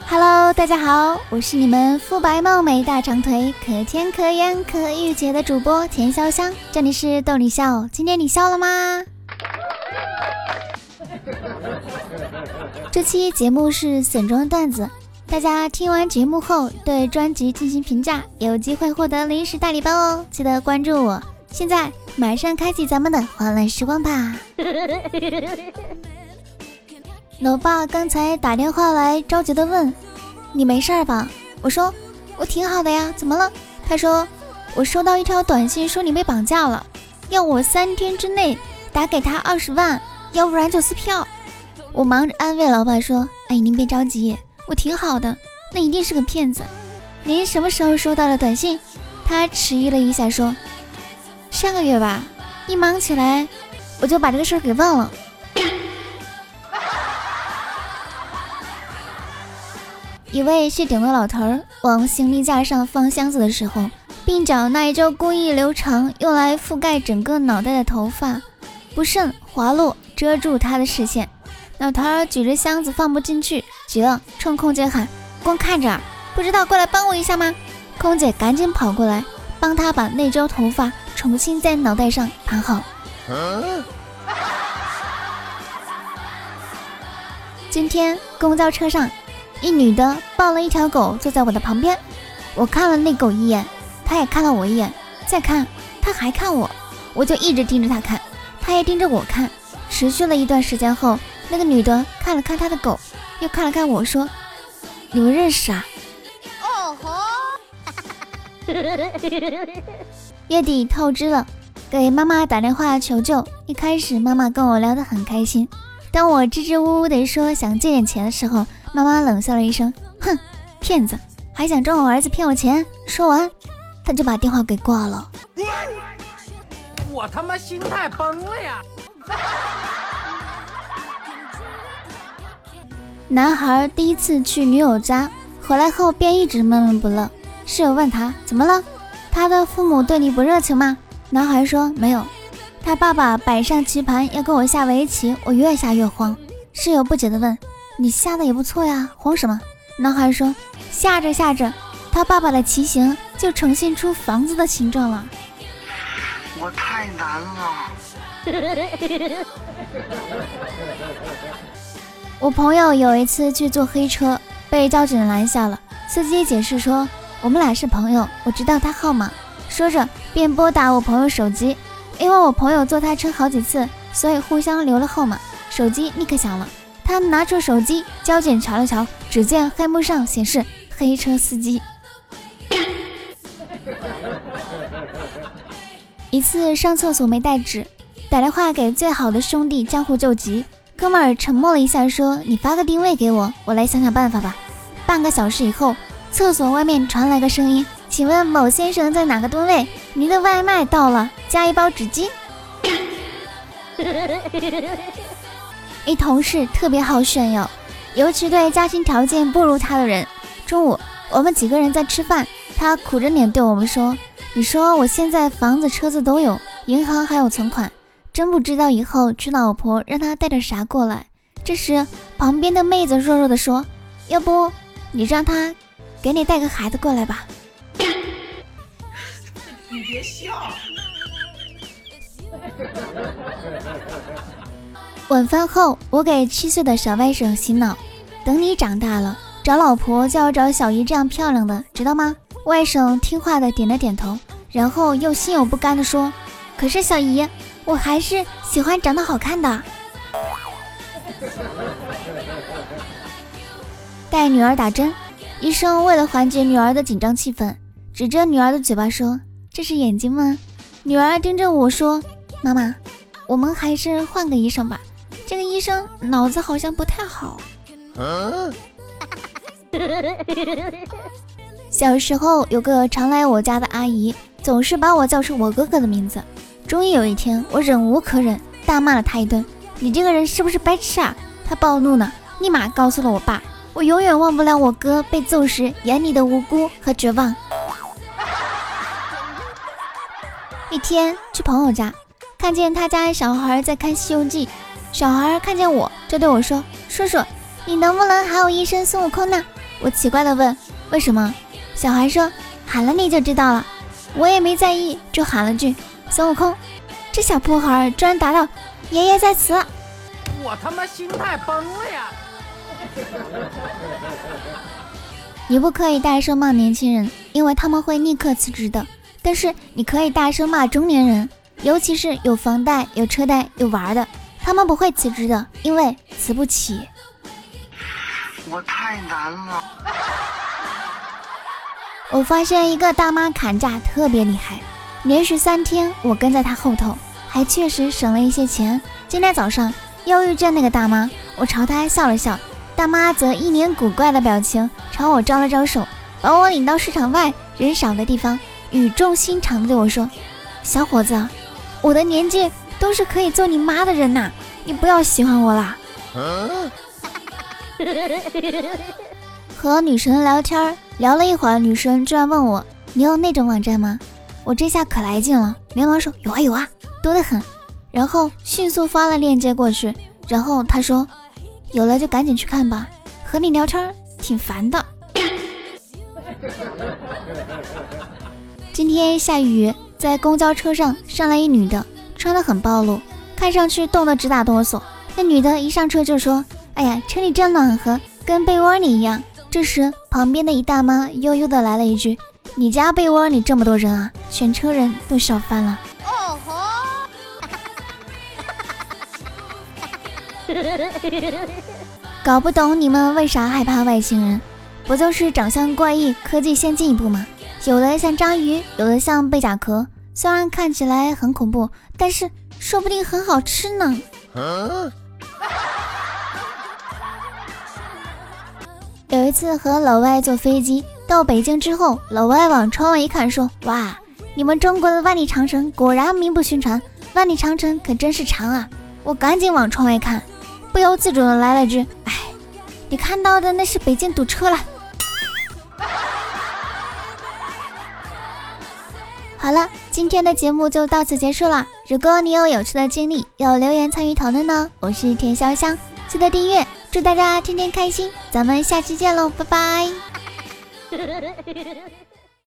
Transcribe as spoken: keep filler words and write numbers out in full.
Hello， 大家好，我是你们肤白貌美大长腿可甜可盐可御姐的主播田潇香，这里是逗你笑，今天你笑了吗？这期节目是笋中段子，大家听完节目后对专辑进行评价，有机会获得临时大礼包哦，记得关注我。现在马上开启咱们的欢乐时光吧。老爸刚才打电话来，着急的问：“你没事吧？”我说：“我挺好的呀，怎么了？”他说：“我收到一条短信，说你被绑架了，要我三天之内打给他二十万，要不然就撕票。”我忙着安慰老爸说：“哎，您别着急，我挺好的，那一定是个骗子。您什么时候收到了短信？”他迟疑了一下说：“上个月吧，一忙起来我就把这个事儿给忘了。”一位谢顶的老头儿往行李架上放箱子的时候，鬓角那一周故意留长，用来覆盖整个脑袋的头发不慎滑落，遮住他的视线。老头儿举着箱子放不进去，急了，冲空姐喊：“光看着不知道，过来帮我一下吗？”空姐赶紧跑过来，帮他把那周头发重新在脑袋上盘好。嗯、今天公交车上，一女的抱了一条狗坐在我的旁边，我看了那狗一眼，她也看了我一眼，再看她还看我，我就一直盯着她看，她也盯着我看。持续了一段时间后，那个女的看了看她的狗，又看了看我说：“你们认识啊？”哦吼！月底透支了，给妈妈打电话求救。一开始妈妈跟我聊得很开心，当我支支吾吾地说想借点钱的时候，妈妈冷笑了一声：“哼，骗子，还想装我儿子骗我钱。”说完他就把电话给挂了。 我他妈心态崩了呀！ 男孩第一次去女友家，回来后便一直闷闷不乐。室友问他怎么了，他的父母对你不热情吗？男孩说没有，他爸爸摆上棋盘要跟我下围棋，我越下越慌。室友不解地问：“你下的也不错呀，慌什么？”男孩说：“下着下着，他爸爸的棋形就呈现出房子的形状了。” 我太难了。 我朋友有一次去坐黑车，被交警拦下了。司机解释说：“我们俩是朋友，我知道他号码。”说着便拨打我朋友手机，因为我朋友坐他车好几次，所以互相留了号码。手机立刻响了，他拿出手机，交警瞧了瞧，只见黑幕上显示黑车司机。一次上厕所没带纸，打电话给最好的兄弟江湖救急。哥们儿沉默了一下说：“你发个定位给我，我来想想办法吧。”半个小时以后，厕所外面传来个声音：“请问某先生在哪个吨位？您的外卖到了，加一包纸巾。”一同事特别好炫耀，尤其对家庭条件不如他的人。中午我们几个人在吃饭，他苦着脸对我们说：“你说我现在房子车子都有，银行还有存款，真不知道以后娶老婆让他带点啥过来。”这时旁边的妹子弱弱地说：“要不你让他给你带个孩子过来吧。” 你别笑。 晚饭后，我给七岁的小外甥洗脑：“等你长大了，找老婆就要找小姨这样漂亮的，知道吗？”外甥听话的点了点头，然后又心有不甘的说：“可是小姨，我还是喜欢长得好看的。”带女儿打针，医生为了缓解女儿的紧张气氛，指着女儿的嘴巴说：“这是眼睛吗？”女儿盯着我说：“妈妈，我们还是换个医生吧，这个医生脑子好像不太好。”嗯小时候有个常来我家的阿姨，总是把我叫成我哥哥的名字。终于有一天，我忍无可忍，大骂了她一顿：“你这个人是不是白痴啊？”她暴怒呢，立马告诉了我爸。我永远忘不了我哥被揍时眼里的无辜和绝望。一天去朋友家，看见他家小孩在看《西游记》，小孩看见我就对我说：“叔叔，你能不能喊我一声孙悟空呢？” 我奇怪地问为什么，小孩说喊了你就知道了。我也没在意，就喊了句孙悟空。这小破孩居然答道爷爷在此。 我他妈心态崩了呀！ 你不可以大声骂年轻人，因为他们会立刻辞职的。但是你可以大声骂中年人，尤其是有房贷、有车贷、有娃的，他们不会辞职的，因为辞不起。 我太难了。 我发现一个大妈砍价特别厉害，连续三天我跟在她后头，还确实省了一些钱。今天早上又遇见那个大妈，我朝她笑了笑，大妈则一脸古怪的表情朝我招了招手，把我领到市场外人少的地方，语重心长地对我说，小伙子，我的年纪都是可以做你妈的人呐，你不要喜欢我啦。嗯和女神聊天聊了一会儿，女神居然问我你有那种网站吗？我这下可来劲了，连忙说有啊有啊，多得很，然后迅速发了链接过去。然后她说有了就赶紧去看吧，和你聊天挺烦的。今天下雨，在公交车上上来一女的，穿得很暴露，看上去冻得直打哆嗦。那女的一上车就说，哎呀，车里真暖和，跟被窝里一样。这时旁边的一大妈悠悠的来了一句，你家被窝里这么多人啊，全车人都笑翻了。哦吼搞不懂你们为啥害怕外星人，不就是长相怪异，科技先进一步吗？有的像章鱼，有的像贝甲壳，虽然看起来很恐怖，但是说不定很好吃呢。啊有一次和老外坐飞机到北京之后，老外往窗外一看说，哇，你们中国的万里长城果然名不虚传，万里长城可真是长啊。我赶紧往窗外看，不由自主的来了句，哎，你看到的那是北京堵车了。好了，今天的节目就到此结束了。如果你有有趣的经历，要留言参与讨论呢，我是田潇香，记得订阅，祝大家天天开心，咱们下期见喽，拜拜。